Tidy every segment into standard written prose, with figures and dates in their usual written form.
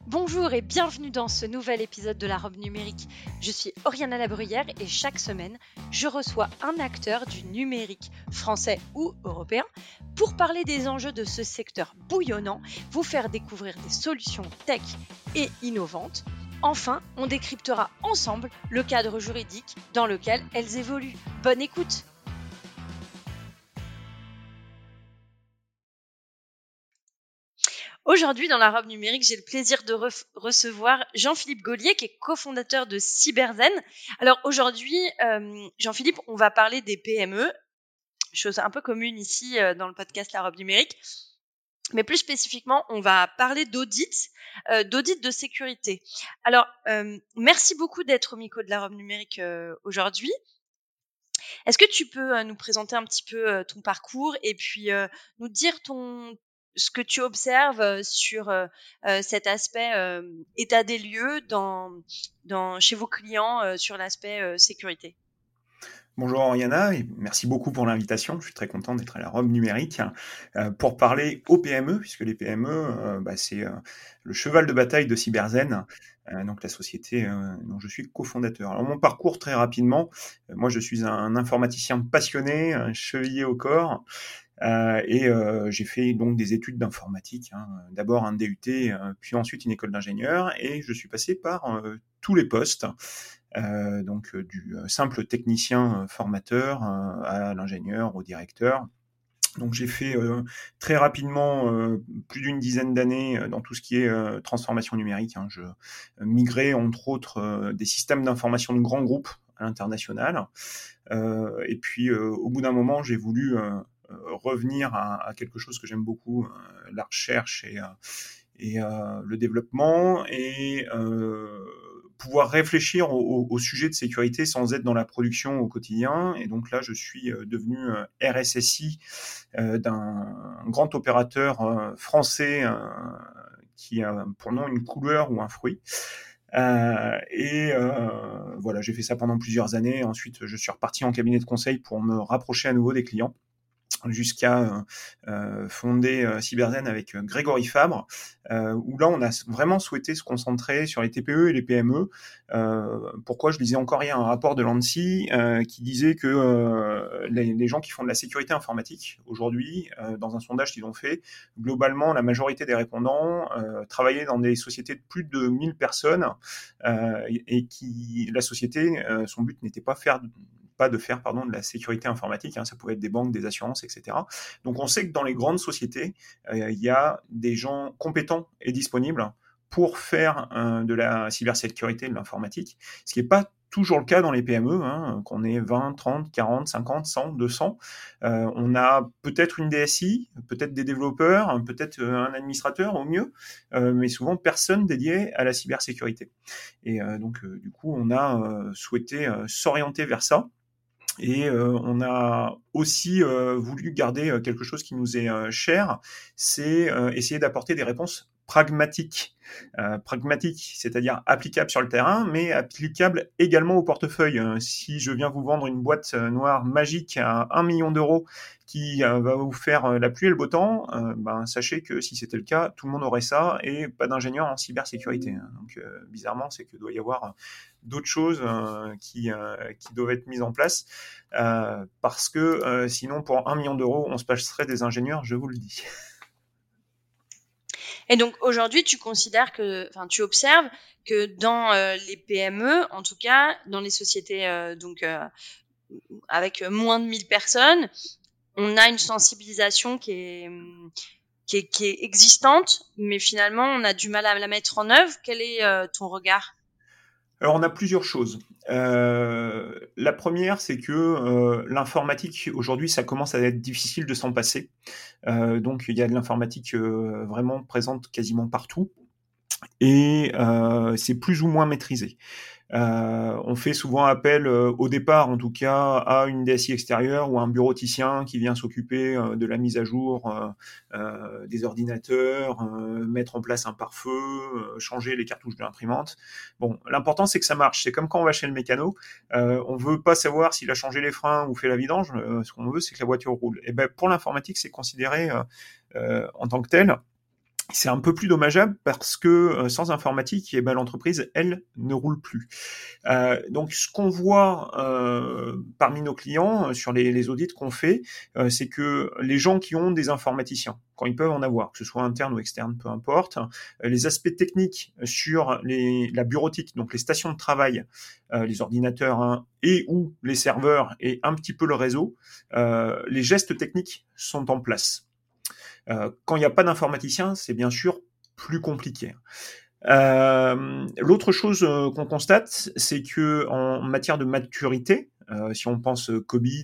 Bonjour et bienvenue dans ce nouvel épisode de la robe numérique. Je suis Oriana Labruyère et chaque semaine, je reçois un acteur du numérique, français ou européen, pour parler des enjeux de ce secteur bouillonnant, vous faire découvrir des solutions tech et innovantes. Enfin, on décryptera ensemble le cadre juridique dans lequel elles évoluent. Bonne écoute! Aujourd'hui, dans la robe numérique, j'ai le plaisir de recevoir Jean-Philippe Gaulier, qui est cofondateur de Cyberzen. Alors aujourd'hui, Jean-Philippe, on va parler des PME, chose un peu commune ici dans le podcast La robe numérique. Mais plus spécifiquement, on va parler d'audit de sécurité. Alors, merci beaucoup d'être au micro de la robe numérique aujourd'hui. Est-ce que tu peux nous présenter un petit peu ton parcours et puis nous dire ce que tu observes sur cet aspect état des lieux chez vos clients sur l'aspect sécurité? Bonjour Oriana et merci beaucoup pour l'invitation. Je suis très content d'être à la robe numérique pour parler aux PME, puisque les PME, c'est le cheval de bataille de Cyberzen, donc la société dont je suis cofondateur. Alors mon parcours très rapidement, moi je suis un informaticien passionné, un chevillé au corps. J'ai fait donc des études d'informatique, d'abord un DUT, puis ensuite une école d'ingénieur, et je suis passé par tous les postes, du simple technicien formateur à l'ingénieur, au directeur. Donc j'ai fait très rapidement plus d'une dizaine d'années dans tout ce qui est transformation numérique. Je migrais entre autres des systèmes d'information de grands groupes à l'international. Et puis au bout d'un moment, j'ai voulu revenir à quelque chose que j'aime beaucoup, la recherche et le développement, et pouvoir réfléchir au sujet de sécurité sans être dans la production au quotidien. Et donc là, je suis devenu RSSI d'un grand opérateur français qui a pour nom une couleur ou un fruit. Voilà, j'ai fait ça pendant plusieurs années. Ensuite, je suis reparti en cabinet de conseil pour me rapprocher à nouveau des clients, jusqu'à fonder Cyberzen avec Grégory Fabre, où là on a vraiment souhaité se concentrer sur les TPE et les PME. Pourquoi? Je lisais encore hier un rapport de l'ANSSI qui disait que les gens qui font de la sécurité informatique aujourd'hui, dans un sondage qu'ils ont fait, globalement la majorité des répondants travaillaient dans des sociétés de plus de 1000 personnes, et qui la société, son but n'était pas de faire de la sécurité informatique, ça pouvait être des banques, des assurances, etc. Donc on sait que dans les grandes sociétés, il y a des gens compétents et disponibles pour faire de la cybersécurité, de l'informatique, ce qui n'est pas toujours le cas dans les PME, qu'on ait 20, 30, 40, 50, 100, 200. On a peut-être une DSI, peut-être des développeurs, peut-être un administrateur au mieux, mais souvent personne dédié à la cybersécurité. Et du coup, on a souhaité s'orienter vers ça. Et on a aussi voulu garder quelque chose qui nous est cher, c'est essayer d'apporter des réponses pragmatiques. Pragmatiques, c'est-à-dire applicables sur le terrain, mais applicables également au portefeuille. Si je viens vous vendre une boîte noire magique à 1 million d'euros qui va vous faire la pluie et le beau temps, sachez que si c'était le cas, tout le monde aurait ça et pas d'ingénieur en cybersécurité. Donc bizarrement, c'est que doit y avoir d'autres choses qui doivent être mises en place, parce que sinon pour 1 million d'euros, on se passerait des ingénieurs, je vous le dis. Et donc aujourd'hui, tu observes que dans les PME, en tout cas dans les sociétés avec moins de 1000 personnes, on a une sensibilisation qui est existante, mais finalement on a du mal à la mettre en œuvre. Quel est ton regard? Alors on a plusieurs choses. La première, c'est que l'informatique, aujourd'hui, ça commence à être difficile de s'en passer. Donc il y a de l'informatique vraiment présente quasiment partout, et c'est plus ou moins maîtrisé. On fait souvent appel, au départ en tout cas, à une DSI extérieure ou un bureauticien qui vient s'occuper de la mise à jour des ordinateurs, mettre en place un pare-feu, changer les cartouches de l'imprimante. Bon, l'important c'est que ça marche. C'est comme quand on va chez le mécano, on veut pas savoir s'il a changé les freins ou fait la vidange, ce qu'on veut c'est que la voiture roule. Et ben pour l'informatique c'est considéré en tant que tel. C'est un peu plus dommageable parce que sans informatique, eh ben, l'entreprise, elle, ne roule plus. Donc, ce qu'on voit parmi nos clients sur les audits qu'on fait, c'est que les gens qui ont des informaticiens, quand ils peuvent en avoir, que ce soit interne ou externe, peu importe, les aspects techniques sur la bureautique, donc les stations de travail, les ordinateurs hein, et ou les serveurs et un petit peu le réseau, les gestes techniques sont en place. Quand il n'y a pas d'informaticien, c'est bien sûr plus compliqué. L'autre chose qu'on constate, c'est que en matière de maturité, si on pense COBIT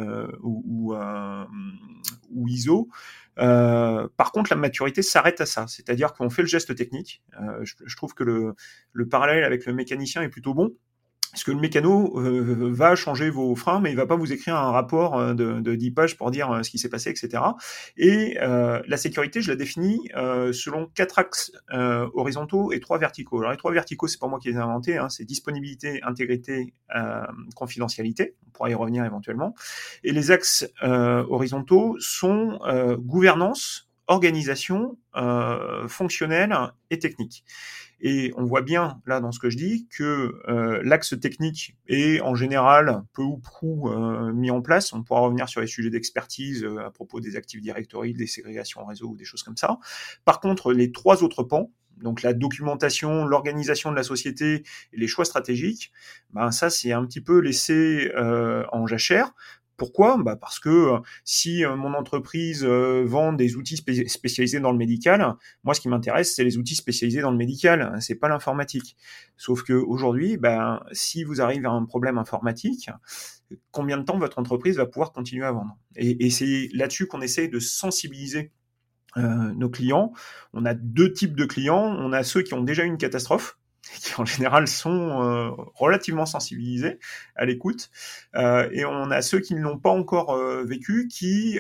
ou ISO, par contre, la maturité s'arrête à ça. C'est-à-dire qu'on fait le geste technique. Je trouve que le parallèle avec le mécanicien est plutôt bon. Parce que le mécano va changer vos freins, mais il va pas vous écrire un rapport de 10 pages pour dire ce qui s'est passé, etc. Et la sécurité, je la définis selon 4 axes horizontaux et 3 verticaux. Alors les 3 verticaux, c'est pas moi qui les ai inventés, hein, c'est disponibilité, intégrité, confidentialité. On pourra y revenir éventuellement. Et les axes horizontaux sont gouvernance, organisation, fonctionnelle et technique. Et on voit bien, là, dans ce que je dis, que l'axe technique est en général peu ou prou mis en place. On pourra revenir sur les sujets d'expertise à propos des Active Directory, des ségrégations réseau ou des choses comme ça. Par contre, les 3 autres pans, donc la documentation, l'organisation de la société et les choix stratégiques, ben ça, c'est un petit peu laissé en jachère. Pourquoi ? Parce que si mon entreprise vend des outils spécialisés dans le médical, moi ce qui m'intéresse c'est les outils spécialisés dans le médical, c'est pas l'informatique. Sauf que aujourd'hui, si vous arrivez à un problème informatique, combien de temps votre entreprise va pouvoir continuer à vendre ? Et c'est là-dessus qu'on essaye de sensibiliser nos clients. On a 2 types de clients. On a ceux qui ont déjà eu une catastrophe, qui en général sont relativement sensibilisés à l'écoute, et on a ceux qui ne l'ont pas encore vécu, qui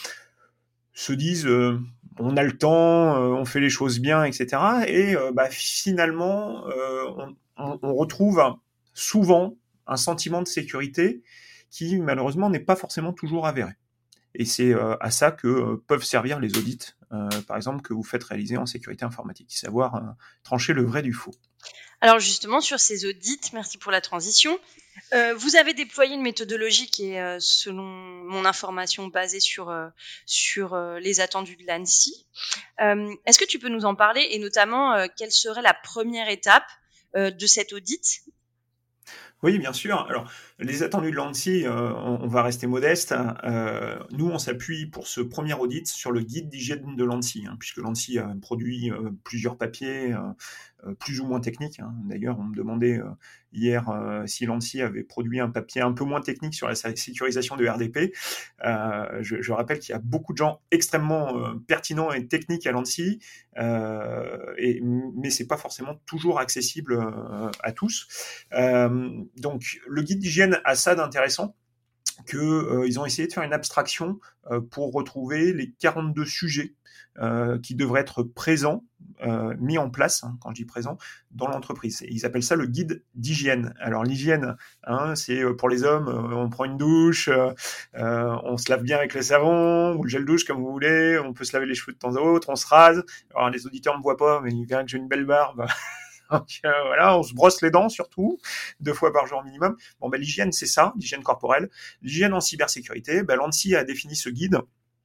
se disent on a le temps, on fait les choses bien, etc. Et finalement, on retrouve souvent un sentiment de sécurité qui malheureusement n'est pas forcément toujours avéré. Et c'est à ça que peuvent servir les audits, par exemple, que vous faites réaliser en sécurité informatique, savoir trancher le vrai du faux. Alors justement, sur ces audits, merci pour la transition. Vous avez déployé une méthodologie qui est, selon mon information, basée sur les attendus de l'ANSSI. Est-ce que tu peux nous en parler et notamment quelle serait la première étape de cet audit ? Oui, bien sûr. Alors, les attendus de l'ANSSI, on va rester modeste. Nous, on s'appuie pour ce premier audit sur le guide d'hygiène de l'ANSSI, puisque l'ANSSI a produit plusieurs papiers plus ou moins techniques. D'ailleurs, on me demandait hier si l'ANSSI avait produit un papier un peu moins technique sur la sécurisation de RDP. Je rappelle qu'il y a beaucoup de gens extrêmement pertinents et techniques à l'ANSSI, mais c'est pas forcément toujours accessible à tous. Donc, le guide d'hygiène a ça d'intéressant, qu'ils ont essayé de faire une abstraction pour retrouver les 42 sujets qui devraient être présents, mis en place, quand je dis présent, dans l'entreprise. Et ils appellent ça le guide d'hygiène. Alors l'hygiène, c'est pour les hommes, on prend une douche, on se lave bien avec le savon ou le gel douche comme vous voulez, on peut se laver les cheveux de temps à autre, on se rase. Alors les auditeurs ne me voient pas, mais ils verront que j'ai une belle barbe. Donc voilà, on se brosse les dents surtout, 2 fois par jour minimum. Bon, l'hygiène, c'est ça, l'hygiène corporelle. L'hygiène en cybersécurité, l'ANSSI a défini ce guide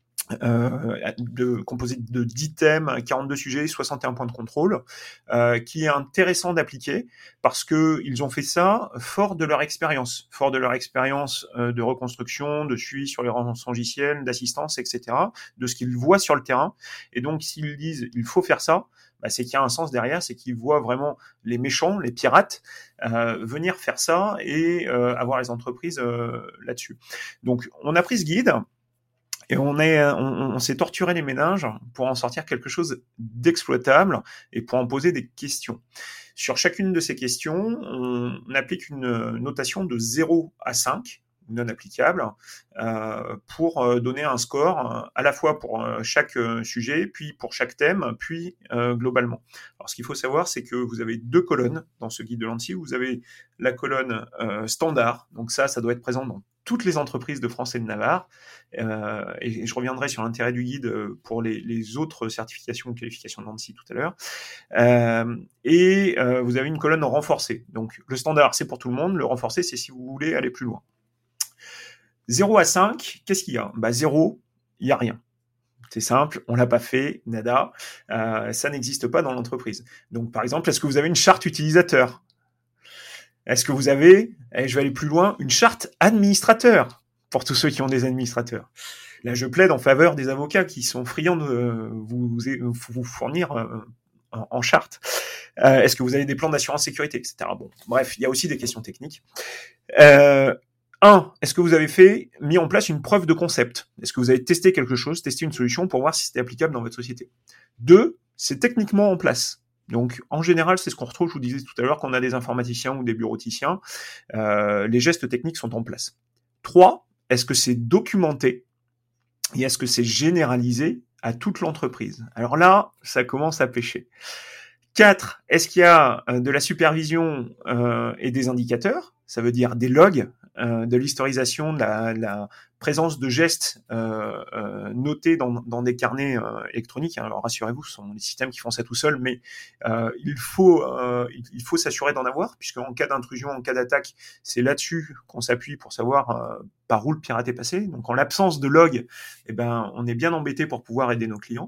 composé de 10 thèmes, 42 sujets, 61 points de contrôle, qui est intéressant d'appliquer parce que ils ont fait ça fort de leur expérience de reconstruction, de suivi sur les rançongiciels, d'assistance, etc., de ce qu'ils voient sur le terrain. Et donc, s'ils disent il faut faire ça, c'est qu'il y a un sens derrière, c'est qu'ils voient vraiment les méchants, les pirates, venir faire ça et avoir les entreprises là-dessus. Donc, on a pris ce guide. Et on s'est torturé les méninges pour en sortir quelque chose d'exploitable et pour en poser des questions. Sur chacune de ces questions, on applique une notation de 0 à 5, non applicable, pour donner un score à la fois pour chaque sujet, puis pour chaque thème, puis globalement. Alors ce qu'il faut savoir, c'est que vous avez 2 colonnes dans ce guide de l'ANSSI. Vous avez la colonne standard, donc ça doit être présent dans toutes les entreprises de France et de Navarre, et je reviendrai sur l'intérêt du guide pour les autres certifications ou qualifications de l'ANSSI tout à l'heure. Vous avez une colonne renforcée. Donc le standard, c'est pour tout le monde, le renforcé, c'est si vous voulez aller plus loin. 0 à 5, qu'est-ce qu'il y a ? 0, il n'y a rien. C'est simple, on l'a pas fait, nada, ça n'existe pas dans l'entreprise. Donc par exemple, est-ce que vous avez une charte utilisateur ? Est-ce que vous avez, et je vais aller plus loin, une charte administrateur pour tous ceux qui ont des administrateurs ? Là, je plaide en faveur des avocats qui sont friands de vous fournir en charte. Est-ce que vous avez des plans d'assurance sécurité, etc. Bon, bref, il y a aussi des questions techniques. 1. Est-ce que vous avez mis en place une preuve de concept ? Est-ce que vous avez testé quelque chose, testé une solution pour voir si c'était applicable dans votre société ? 2. C'est techniquement en place. Donc, en général, c'est ce qu'on retrouve, je vous disais tout à l'heure, quand on a des informaticiens ou des bureauticiens, les gestes techniques sont en place. 3. Est-ce que c'est documenté ? Et est-ce que c'est généralisé à toute l'entreprise ? Alors là, ça commence à pêcher. 4. Est-ce qu'il y a de la supervision et des indicateurs ? Ça veut dire des logs, de l'historisation, de la présence de gestes notés dans des carnets électroniques. Alors rassurez-vous, ce sont les systèmes qui font ça tout seuls, mais il faut s'assurer d'en avoir, puisque en cas d'intrusion, en cas d'attaque, c'est là-dessus qu'on s'appuie pour savoir par où le pirate est passé. Donc en l'absence de log, on est bien embêté pour pouvoir aider nos clients.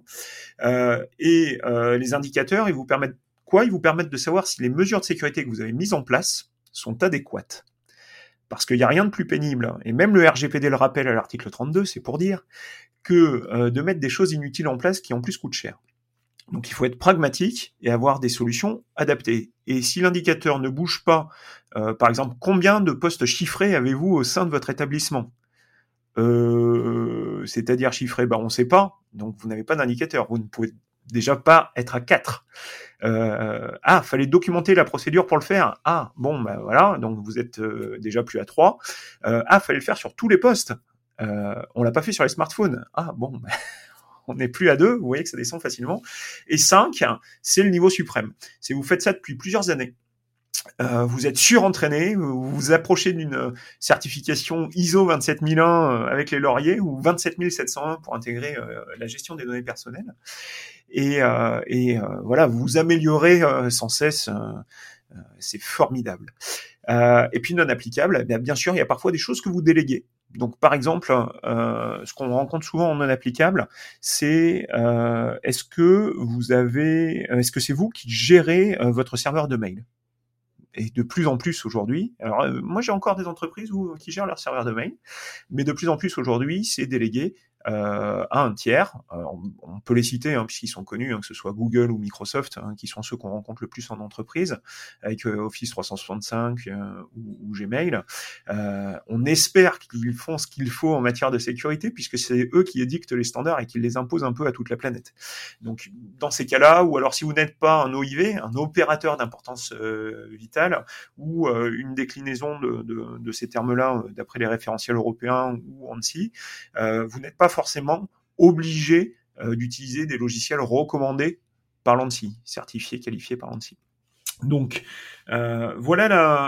Les indicateurs, ils vous permettent quoi ? Ils vous permettent de savoir si les mesures de sécurité que vous avez mises en place sont adéquates. Parce qu'il n'y a rien de plus pénible, et même le RGPD le rappelle à l'article 32, c'est pour dire que de mettre des choses inutiles en place qui en plus coûtent cher. Donc il faut être pragmatique et avoir des solutions adaptées. Et si l'indicateur ne bouge pas, par exemple, combien de postes chiffrés avez-vous au sein de votre établissement ? C'est-à-dire chiffré, on ne sait pas, donc vous n'avez pas d'indicateur, vous ne pouvez déjà pas être à 4. Fallait documenter la procédure pour le faire. Voilà, donc vous êtes déjà plus à 3. Fallait le faire sur tous les postes. On l'a pas fait sur les smartphones. On n'est plus à 2, vous voyez que ça descend facilement. Et 5, c'est le niveau suprême. C'est vous faites ça depuis plusieurs années. Vous êtes surentraîné, vous vous approchez d'une certification ISO 27001 avec les lauriers ou 27701 pour intégrer la gestion des données personnelles. Et voilà, vous vous améliorez sans cesse, c'est formidable. Et puis non applicable, bien sûr, il y a parfois des choses que vous déléguez. Donc par exemple, ce qu'on rencontre souvent en non applicable, c'est est-ce que c'est vous qui gérez votre serveur de mail ? Et de plus en plus aujourd'hui, alors moi j'ai encore des entreprises qui gèrent leur serveur de mail, mais de plus en plus aujourd'hui, c'est délégué à un tiers. On peut les citer puisqu'ils sont connus, que ce soit Google ou Microsoft, qui sont ceux qu'on rencontre le plus en entreprise, avec Office 365 ou Gmail. On espère qu'ils font ce qu'il faut en matière de sécurité, puisque c'est eux qui édictent les standards et qui les imposent un peu à toute la planète. Donc dans ces cas-là, ou alors si vous n'êtes pas un OIV, un opérateur d'importance vitale, ou une déclinaison de ces termes-là d'après les référentiels européens ou ANSSI, vous n'êtes pas forcément obligé d'utiliser des logiciels recommandés par l'ANSSI, certifiés, qualifiés par l'ANSSI. Donc voilà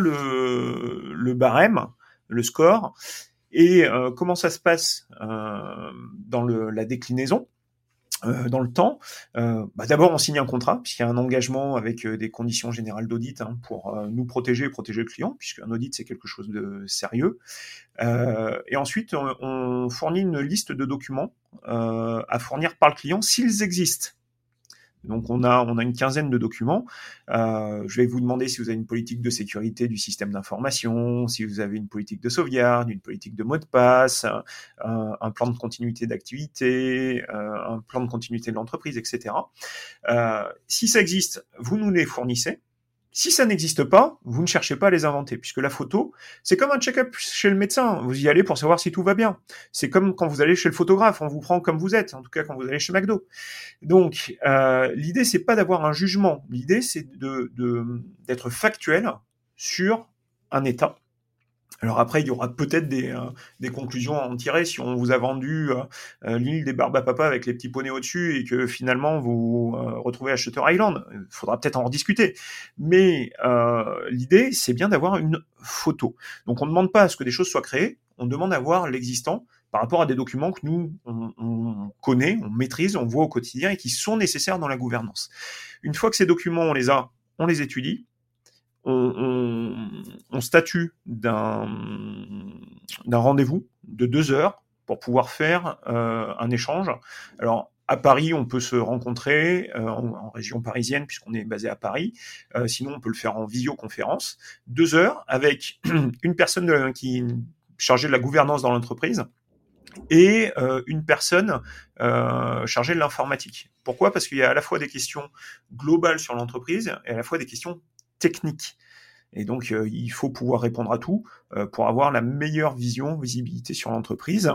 le barème, le score, et comment ça se passe dans la déclinaison. Dans le temps, d'abord on signe un contrat puisqu'il y a un engagement avec des conditions générales d'audit pour nous protéger et protéger le client, puisqu'un audit c'est quelque chose de sérieux. Et ensuite on fournit une liste de documents à fournir par le client s'ils existent. Donc on a une quinzaine de documents. Je vais vous demander si vous avez une politique de sécurité du système d'information, si vous avez une politique de sauvegarde, une politique de mot de passe, un plan de continuité d'activité, un plan de continuité de l'entreprise, etc. Si ça existe, vous nous les fournissez. Si ça n'existe pas, vous ne cherchez pas à les inventer, puisque la photo, c'est comme un check-up chez le médecin. Vous y allez pour savoir si tout va bien. C'est comme quand vous allez chez le photographe, on vous prend comme vous êtes, en tout cas quand vous allez chez McDo. Donc, l'idée, c'est pas d'avoir un jugement. L'idée, c'est d'être factuel sur un état Alors après, il y aura peut-être des conclusions à en tirer si on vous a vendu l'île des Barbes à Papa avec les petits poneys au-dessus et que finalement vous retrouvez à Shutter Island. Il faudra peut-être en rediscuter. Mais l'idée, c'est bien d'avoir une photo. Donc on ne demande pas à ce que des choses soient créées, on demande à voir l'existant par rapport à des documents que nous, on connaît, on maîtrise, on voit au quotidien et qui sont nécessaires dans la gouvernance. Une fois que ces documents, on les a, on les étudie, on statue d'un rendez-vous de 2 heures pour pouvoir faire un échange. Alors, à Paris, on peut se rencontrer en région parisienne puisqu'on est basé à Paris. Sinon, on peut le faire en visioconférence. 2 heures avec une personne qui est chargée de la gouvernance dans l'entreprise et une personne chargée de l'informatique. Pourquoi ? Parce qu'il y a à la fois des questions globales sur l'entreprise et à la fois des questions techniques. Et donc, il faut pouvoir répondre à tout pour avoir la meilleure visibilité sur l'entreprise.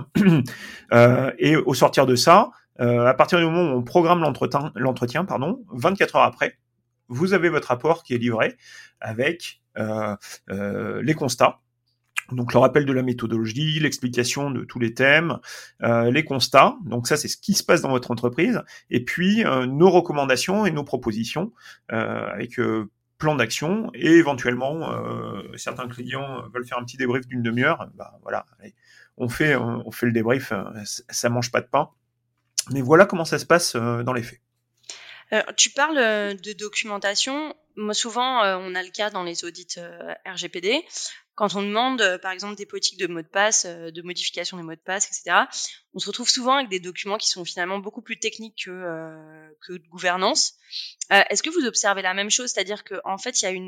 Et au sortir de ça, à partir du moment où on programme l'entretien, 24 heures après, vous avez votre rapport qui est livré avec les constats. Donc le rappel de la méthodologie, l'explication de tous les thèmes, les constats. Donc ça, c'est ce qui se passe dans votre entreprise. Et puis nos recommandations et nos propositions avec plan d'action. Et éventuellement, certains clients veulent faire un petit débrief d'une demi-heure. Bah voilà, allez, on fait le débrief. Ça mange pas de pain. Mais voilà comment ça se passe dans les faits. Tu parles de documentation. Moi, souvent, on a le cas dans les audits RGPD. Quand on demande, par exemple, des politiques de mots de passe, de modification des mots de passe, etc., on se retrouve souvent avec des documents qui sont finalement beaucoup plus techniques que de gouvernance. Est-ce que vous observez la même chose? C'est-à-dire qu'en fait, il y a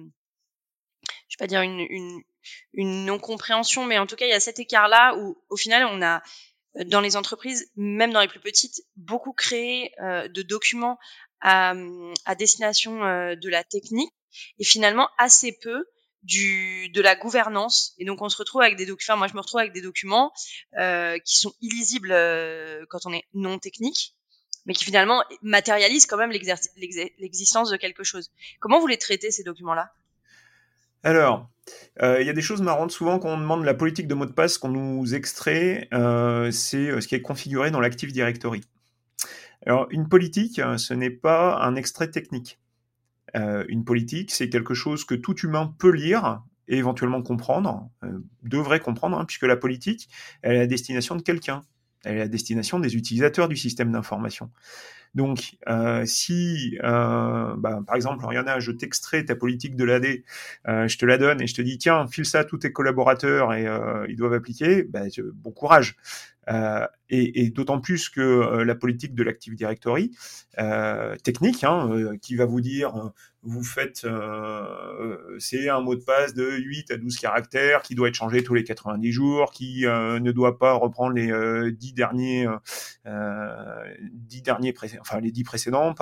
je vais pas dire une non-compréhension, mais en tout cas, il y a cet écart-là où, au final, on a dans les entreprises, même dans les plus petites, beaucoup créé de documents à destination de la technique et finalement assez peu de la gouvernance. Et donc on se retrouve avec des documents. Moi, je me retrouve avec des documents qui sont illisibles quand on est non technique, mais qui finalement matérialisent quand même l'existence de quelque chose. Comment vous les traitez ces documents-là? Alors, il y a des choses marrantes. Souvent, quand on demande la politique de mot de passe qu'on nous extrait, c'est ce qui est configuré dans l'Active Directory. Alors, une politique, ce n'est pas un extrait technique. Une politique, c'est quelque chose que tout humain peut lire et éventuellement comprendre, devrait comprendre, puisque la politique, elle est à destination de quelqu'un. Elle est à destination des utilisateurs du système d'information. Donc, si, par exemple, Oriana, je t'extrais ta politique de l'AD, je te la donne et je te dis, tiens, file ça à tous tes collaborateurs et ils doivent appliquer, bon courage. Et d'autant plus que la politique de l'Active Directory, technique, qui va vous dire, vous faites, c'est un mot de passe de 8 à 12 caractères qui doit être changé tous les 90 jours, qui ne doit pas reprendre les 10 derniers, les 10 précédents,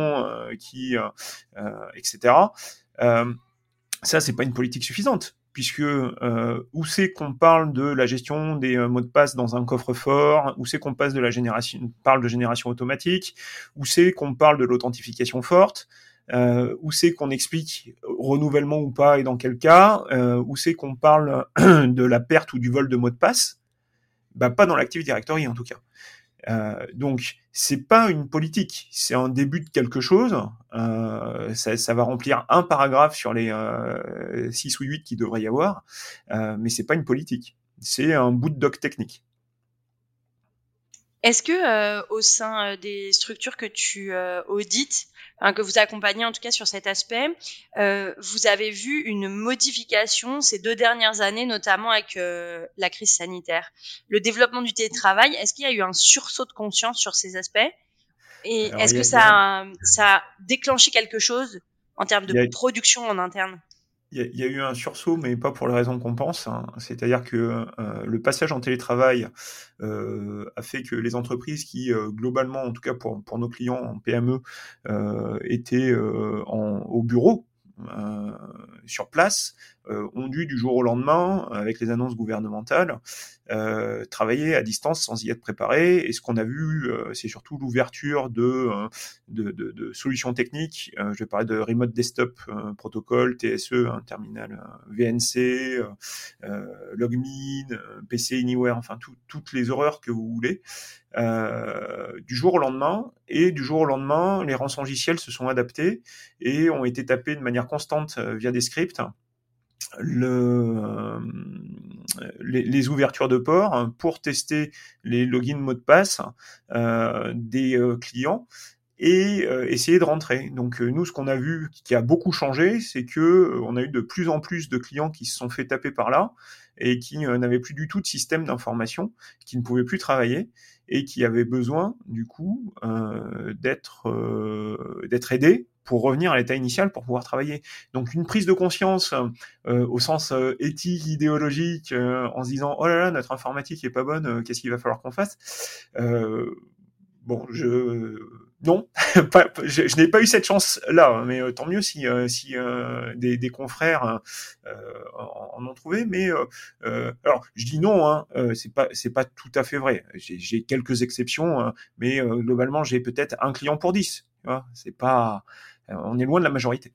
etc. Ça, c'est pas une politique suffisante, puisque où c'est qu'on parle de la gestion des mots de passe dans un coffre-fort, où c'est qu'on parle de génération automatique, où c'est qu'on parle de l'authentification forte, où c'est qu'on explique renouvellement ou pas et dans quel cas, où c'est qu'on parle de la perte ou du vol de mots de passe, pas dans l'Active Directory en tout cas. Donc, c'est pas une politique, c'est un début de quelque chose. Ça va remplir un paragraphe sur les 6 ou 8 qu'il devrait y avoir, mais c'est pas une politique. C'est un bout de doc technique. Est-ce que au sein des structures que tu audites, que vous accompagnez en tout cas sur cet aspect, vous avez vu une modification ces 2 dernières années, notamment avec la crise sanitaire, le développement du télétravail? Est-ce qu'il y a eu un sursaut de conscience sur ces aspects? Et Alors, est-ce que ça a déclenché quelque chose en termes de production en interne? Il y a eu un sursaut, mais pas pour les raisons qu'on pense. C'est-à-dire que le passage en télétravail a fait que les entreprises qui, globalement, en tout cas pour nos clients en PME, étaient au bureau, sur place, ont dû du jour au lendemain, avec les annonces gouvernementales, travailler à distance sans y être préparés. Et ce qu'on a vu, c'est surtout l'ouverture de solutions techniques. Je vais parler de Remote Desktop Protocol, TSE, un terminal VNC, Logmin, PC Anywhere, enfin toutes les horreurs que vous voulez. Du jour au lendemain, et du jour au lendemain, les rançongiciels se sont adaptés et ont été tapés de manière constante via des scripts les ouvertures de port pour tester les logins mots de passe des clients et essayer de rentrer. Donc nous, ce qu'on a vu qui a beaucoup changé, c'est que on a eu de plus en plus de clients qui se sont fait taper par là et qui n'avaient plus du tout de système d'information, qui ne pouvaient plus travailler et qui avaient besoin du coup d'être aidés pour revenir à l'état initial pour pouvoir travailler. Donc une prise de conscience au sens éthique, idéologique, en se disant oh là là, notre informatique est pas bonne, qu'est-ce qu'il va falloir qu'on fasse Bon, non, je n'ai pas eu cette chance-là, mais tant mieux si des confrères en ont trouvé. Mais alors, je dis non, hein, c'est pas tout à fait vrai. J'ai quelques exceptions, mais globalement, j'ai peut-être un client pour 10. Tu vois, c'est pas, on est loin de la majorité.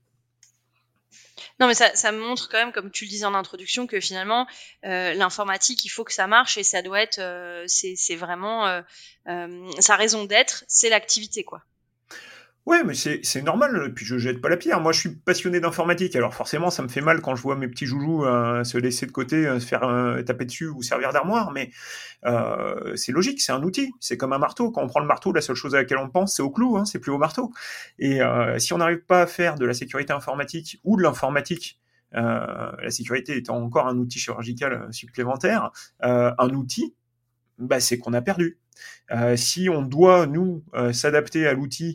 Non, mais ça me montre quand même, comme tu le disais en introduction, que finalement, l'informatique, il faut que ça marche et ça doit être, c'est vraiment sa raison d'être, c'est l'activité, quoi. Ouais, mais c'est normal, puis je jette pas la pierre. Moi, je suis passionné d'informatique, alors forcément, ça me fait mal quand je vois mes petits joujoux se laisser de côté, se faire taper dessus ou servir d'armoire, mais c'est logique, c'est un outil. C'est comme un marteau. Quand on prend le marteau, la seule chose à laquelle on pense, c'est au clou, hein, c'est plus au marteau. Et si on n'arrive pas à faire de la sécurité informatique ou de l'informatique, la sécurité étant encore un outil chirurgical supplémentaire, un outil, bah, c'est qu'on a perdu. Si on doit, nous, s'adapter à l'outil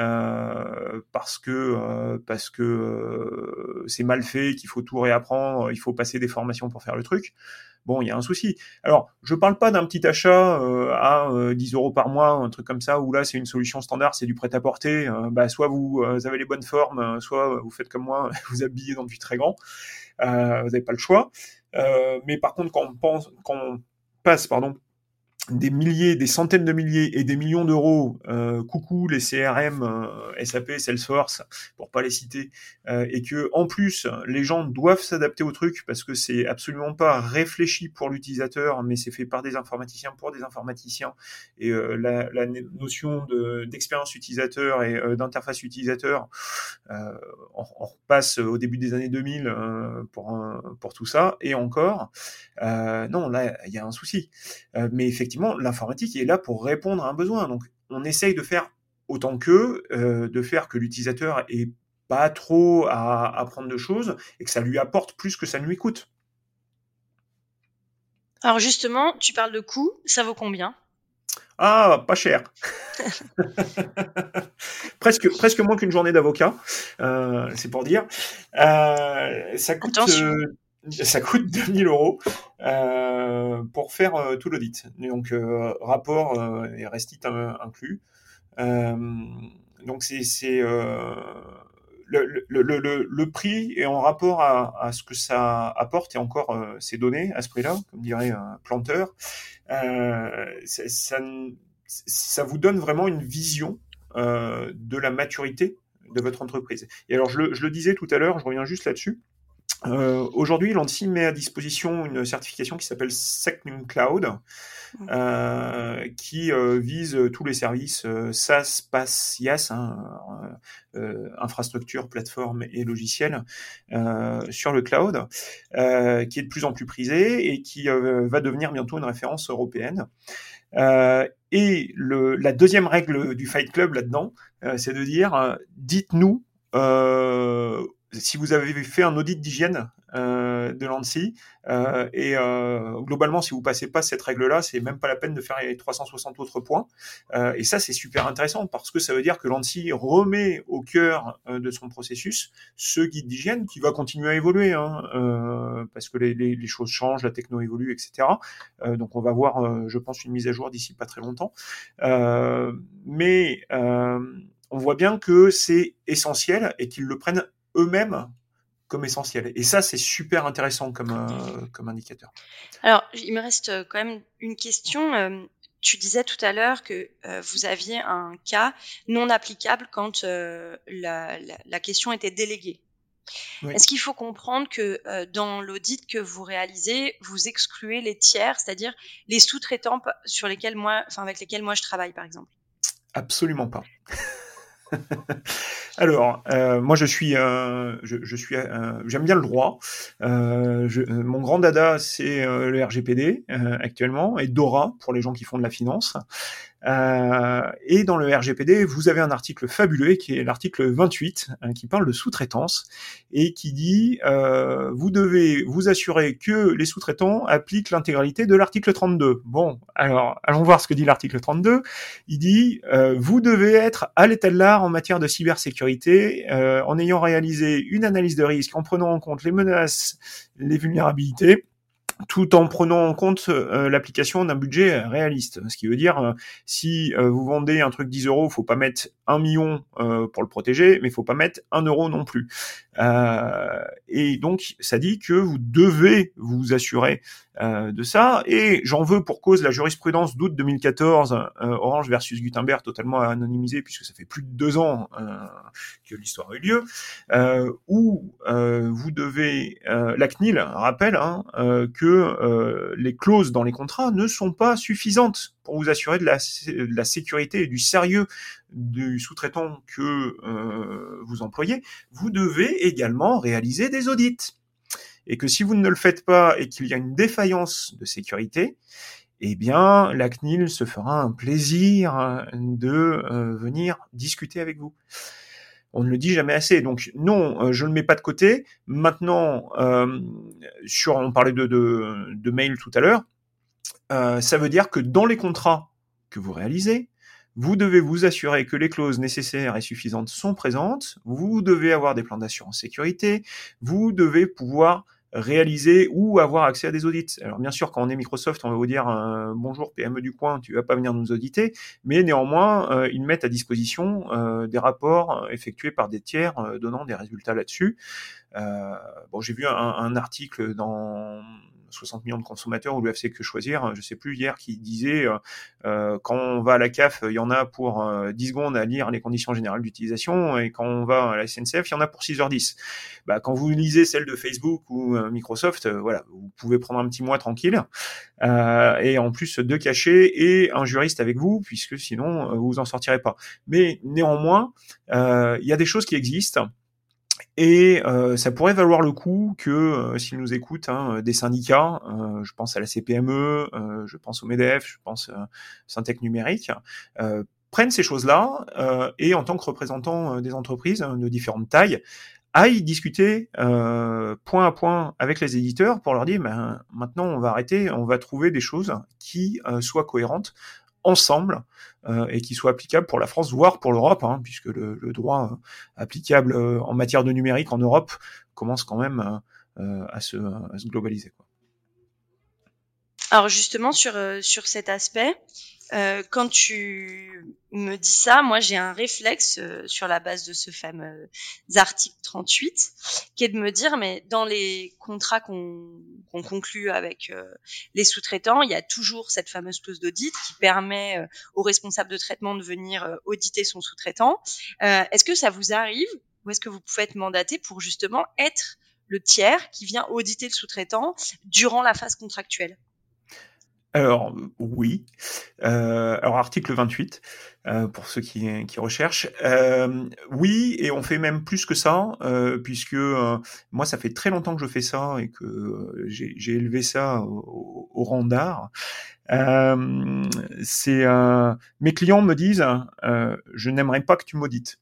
parce que c'est mal fait, qu'il faut tout réapprendre, il faut passer des formations pour faire le truc, bon, il y a un souci. Alors, je parle pas d'un petit achat à 10 euros par mois, un truc comme ça, où là, c'est une solution standard, c'est du prêt-à-porter. Bah, soit vous avez les bonnes formes, soit vous faites comme moi, vous habillez dans du très grand. Vous n'avez pas le choix. Mais par contre, quand on passe, pardon, des milliers, des centaines de milliers et des millions d'euros, coucou les CRM, SAP, Salesforce, pour pas les citer, et que en plus les gens doivent s'adapter au truc parce que c'est absolument pas réfléchi pour l'utilisateur, mais c'est fait par des informaticiens pour des informaticiens, et la notion d'expérience utilisateur et d'interface utilisateur, on repasse au début des années 2000 pour tout ça, et encore, non, là il y a un souci. Mais effectivement, l'informatique est là pour répondre à un besoin. Donc, on essaye de faire autant qu'eux, de faire que l'utilisateur ait pas trop à apprendre de choses et que ça lui apporte plus que ça ne lui coûte. Alors justement, tu parles de coût, ça vaut combien? Ah, pas cher. presque moins qu'une journée d'avocat, c'est pour dire. Ça coûte Attention. 2000 euros pour faire tout l'audit. Donc rapport et restit inclus. Donc c'est le prix est en rapport à ce que ça apporte, et encore c'est donné à ce prix-là, comme dirait un planteur. Ça vous donne vraiment une vision de la maturité de votre entreprise. Et alors je le disais tout à l'heure, je reviens juste là-dessus. Aujourd'hui, l'ANSSI met à disposition une certification qui s'appelle SecNumCloud, qui vise tous les services SaaS, PaaS, IaaS, infrastructure, plateforme et logiciels sur le cloud, qui est de plus en plus prisé et qui va devenir bientôt une référence européenne. Et la deuxième règle du Fight Club là-dedans, c'est de dire dites-nous si vous avez fait un audit d'hygiène de l'ANSSI, et globalement, si vous passez pas cette règle-là, c'est même pas la peine de faire les 360 autres points. Et ça, c'est super intéressant parce que ça veut dire que l'ANSSI remet au cœur de son processus ce guide d'hygiène qui va continuer à évoluer, parce que les choses changent, la techno évolue, etc. Donc on va voir, je pense, une mise à jour d'ici pas très longtemps. Mais on voit bien que c'est essentiel et qu'ils le prennent eux-mêmes comme essentiel. Et ça, c'est super intéressant comme indicateur. Alors, il me reste quand même une question. Tu disais tout à l'heure que vous aviez un cas non applicable quand la question était déléguée. Oui. Est-ce qu'il faut comprendre que dans l'audit que vous réalisez, vous excluez les tiers, c'est-à-dire les sous-traitants avec lesquels moi je travaille, par exemple? Absolument pas. Alors, moi, j'aime bien le droit. Mon grand dada, c'est le RGPD actuellement, et DORA pour les gens qui font de la finance. Et dans le RGPD, vous avez un article fabuleux qui est l'article 28, qui parle de sous-traitance et qui dit vous devez vous assurer que les sous-traitants appliquent l'intégralité de l'article 32. Bon, alors allons voir ce que dit l'article 32. Il dit vous devez être à l'état de l'art en matière de cybersécurité en ayant réalisé une analyse de risque, en prenant en compte les menaces, les vulnérabilités, tout en prenant en compte l'application d'un budget réaliste. Ce qui veut dire, si vous vendez un truc 10 euros, faut pas mettre 1 million pour le protéger, mais faut pas mettre 1 euro non plus. Et donc, ça dit que vous devez vous assurer de ça. Et j'en veux pour cause la jurisprudence d'août 2014, Orange versus Gutenberg, totalement anonymisée, puisque ça fait plus de 2 ans que l'histoire a eu lieu, où vous devez... la CNIL rappelle que les clauses dans les contrats ne sont pas suffisantes pour vous assurer de la sécurité et du sérieux du sous-traitant que vous employez. Vous devez également réaliser des audits. Et que si vous ne le faites pas et qu'il y a une défaillance de sécurité, eh bien, la CNIL se fera un plaisir de venir discuter avec vous. On ne le dit jamais assez. Donc non, je ne le mets pas de côté. Maintenant, on parlait de mail tout à l'heure, ça veut dire que dans les contrats que vous réalisez, vous devez vous assurer que les clauses nécessaires et suffisantes sont présentes, vous devez avoir des plans d'assurance sécurité, vous devez pouvoir réaliser ou avoir accès à des audits. Alors bien sûr, quand on est Microsoft, on va vous dire bonjour PME du coin, tu vas pas venir nous auditer, mais néanmoins, ils mettent à disposition des rapports effectués par des tiers donnant des résultats là-dessus. J'ai vu un article dans 60 millions de consommateurs ou l'UFC Que Choisir, je sais plus, hier, qui disait quand on va à la CAF, il y en a pour 10 secondes à lire les conditions générales d'utilisation, et quand on va à la SNCF, il y en a pour 6h10. Quand vous lisez celle de Facebook ou Microsoft, voilà, vous pouvez prendre un petit mois tranquille, et en plus 2 cachets et un juriste avec vous, puisque sinon vous en sortirez pas. Mais néanmoins, il y a des choses qui existent. Et ça pourrait valoir le coup que, s'ils nous écoutent, des syndicats, je pense à la CPME, je pense au MEDEF, je pense Syntec Numérique, prennent ces choses-là et en tant que représentants des entreprises de différentes tailles, aillent discuter point à point avec les éditeurs pour leur dire maintenant on va arrêter, on va trouver des choses qui soient cohérentes ensemble et qui soit applicable pour la France, voire pour l'Europe, puisque le droit applicable en matière de numérique en Europe commence quand même à se globaliser, quoi. Alors justement sur cet aspect, quand tu me dis ça, moi j'ai un réflexe sur la base de ce fameux article 38, qui est de me dire, mais dans les contrats qu'on conclut avec les sous-traitants, il y a toujours cette fameuse clause d'audit qui permet au responsable de traitement de venir auditer son sous-traitant. Est-ce que ça vous arrive, ou est-ce que vous pouvez être mandaté pour justement être le tiers qui vient auditer le sous-traitant durant la phase contractuelle? Alors oui, alors article 28 pour ceux qui recherchent. Oui, et on fait même plus que ça, puisque moi ça fait très longtemps que je fais ça et que j'ai élevé ça au rang d'art. Mes clients me disent je n'aimerais pas que tu m'audites.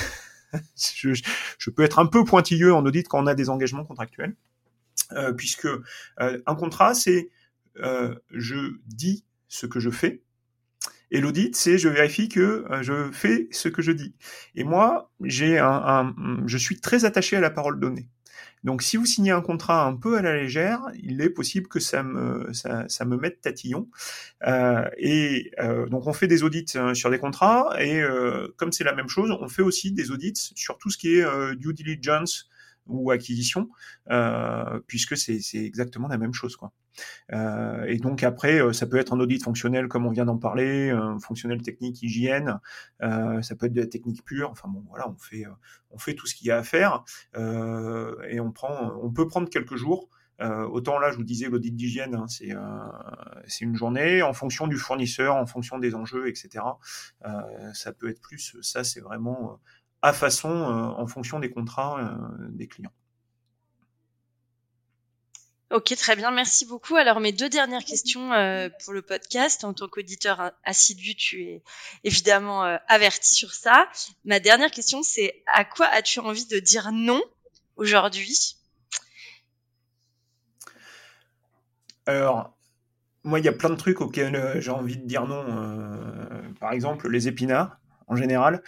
Je peux être un peu pointilleux en audit quand on a des engagements contractuels, puisque un contrat c'est je dis ce que je fais, et l'audit, c'est je vérifie que je fais ce que je dis. Et moi, je suis très attaché à la parole donnée. Donc, si vous signez un contrat un peu à la légère, il est possible que ça me mette tatillon. Donc, on fait des audits sur des contrats, et comme c'est la même chose, on fait aussi des audits sur tout ce qui est due diligence, ou acquisition, puisque c'est exactement la même chose, quoi. Et donc après, ça peut être un audit fonctionnel comme on vient d'en parler, fonctionnel, technique, hygiène, ça peut être de la technique pure. Enfin bon, voilà, on fait tout ce qu'il y a à faire, et on peut prendre quelques jours. Autant là, je vous disais, l'audit d'hygiène, hein, c'est une journée en fonction du fournisseur, en fonction des enjeux, etc. Ça peut être plus. Ça, c'est vraiment à façon, en fonction des contrats des clients. Ok, très bien, merci beaucoup. Alors, mes 2 dernières questions pour le podcast. En tant qu'auditeur assidu, tu es évidemment averti sur ça. Ma dernière question, c'est à quoi as-tu envie de dire non aujourd'hui? Alors, moi, il y a plein de trucs auxquels j'ai envie de dire non. Par exemple, les épinards, en général.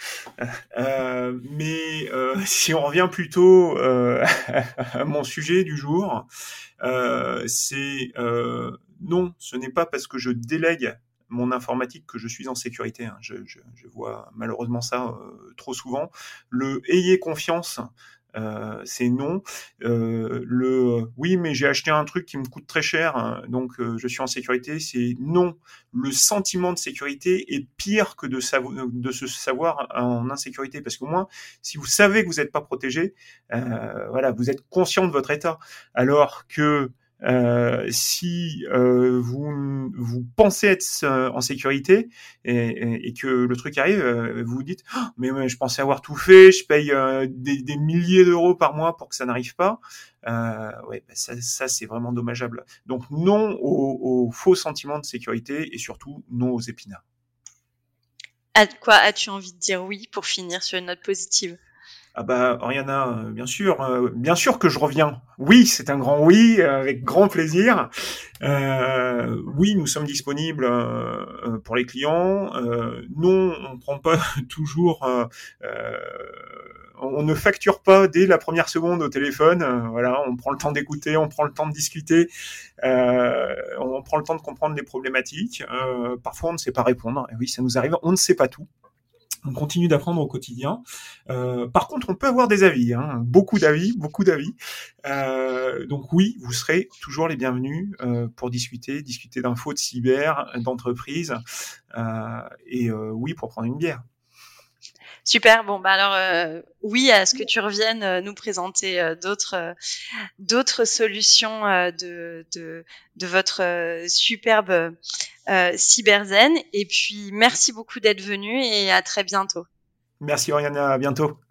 Mais si on revient plutôt à mon sujet du jour, c'est non, ce n'est pas parce que je délègue mon informatique que je suis en sécurité, hein. Je vois malheureusement ça trop souvent. Le ayez confiance, c'est non. Oui, mais j'ai acheté un truc qui me coûte très cher, hein, donc je suis en sécurité, c'est non. Le sentiment de sécurité est pire que de se savoir en insécurité, parce qu'au moins, si vous savez que vous n'êtes pas protégé, voilà, vous êtes conscient de votre état. Alors que si vous pensez être en sécurité et que le truc arrive, vous vous dites mais ouais, je pensais avoir tout fait, je paye des milliers d'euros par mois pour que ça n'arrive pas. Ouais, bah ça c'est vraiment dommageable. Donc non au faux sentiment de sécurité et surtout non aux épinards. À quoi as-tu envie de dire oui pour finir sur une note positive? Ah bah Oriana, bien sûr que je reviens. Oui, c'est un grand oui, avec grand plaisir. Oui, nous sommes disponibles pour les clients. Non, on prend pas toujours. On ne facture pas dès la première seconde au téléphone. Voilà, on prend le temps d'écouter, on prend le temps de discuter, on prend le temps de comprendre les problématiques. Parfois, on ne sait pas répondre. Et oui, ça nous arrive. On ne sait pas tout. On continue d'apprendre au quotidien. Par contre, on peut avoir des avis, hein, beaucoup d'avis, beaucoup d'avis. Donc oui, vous serez toujours les bienvenus pour discuter d'infos, de cyber, d'entreprise, et oui, pour prendre une bière. Super. Bon, bah alors oui à ce que tu reviennes nous présenter d'autres solutions de votre superbe Cyberzen. Et puis merci beaucoup d'être venu et à très bientôt. Merci Oriana, à bientôt.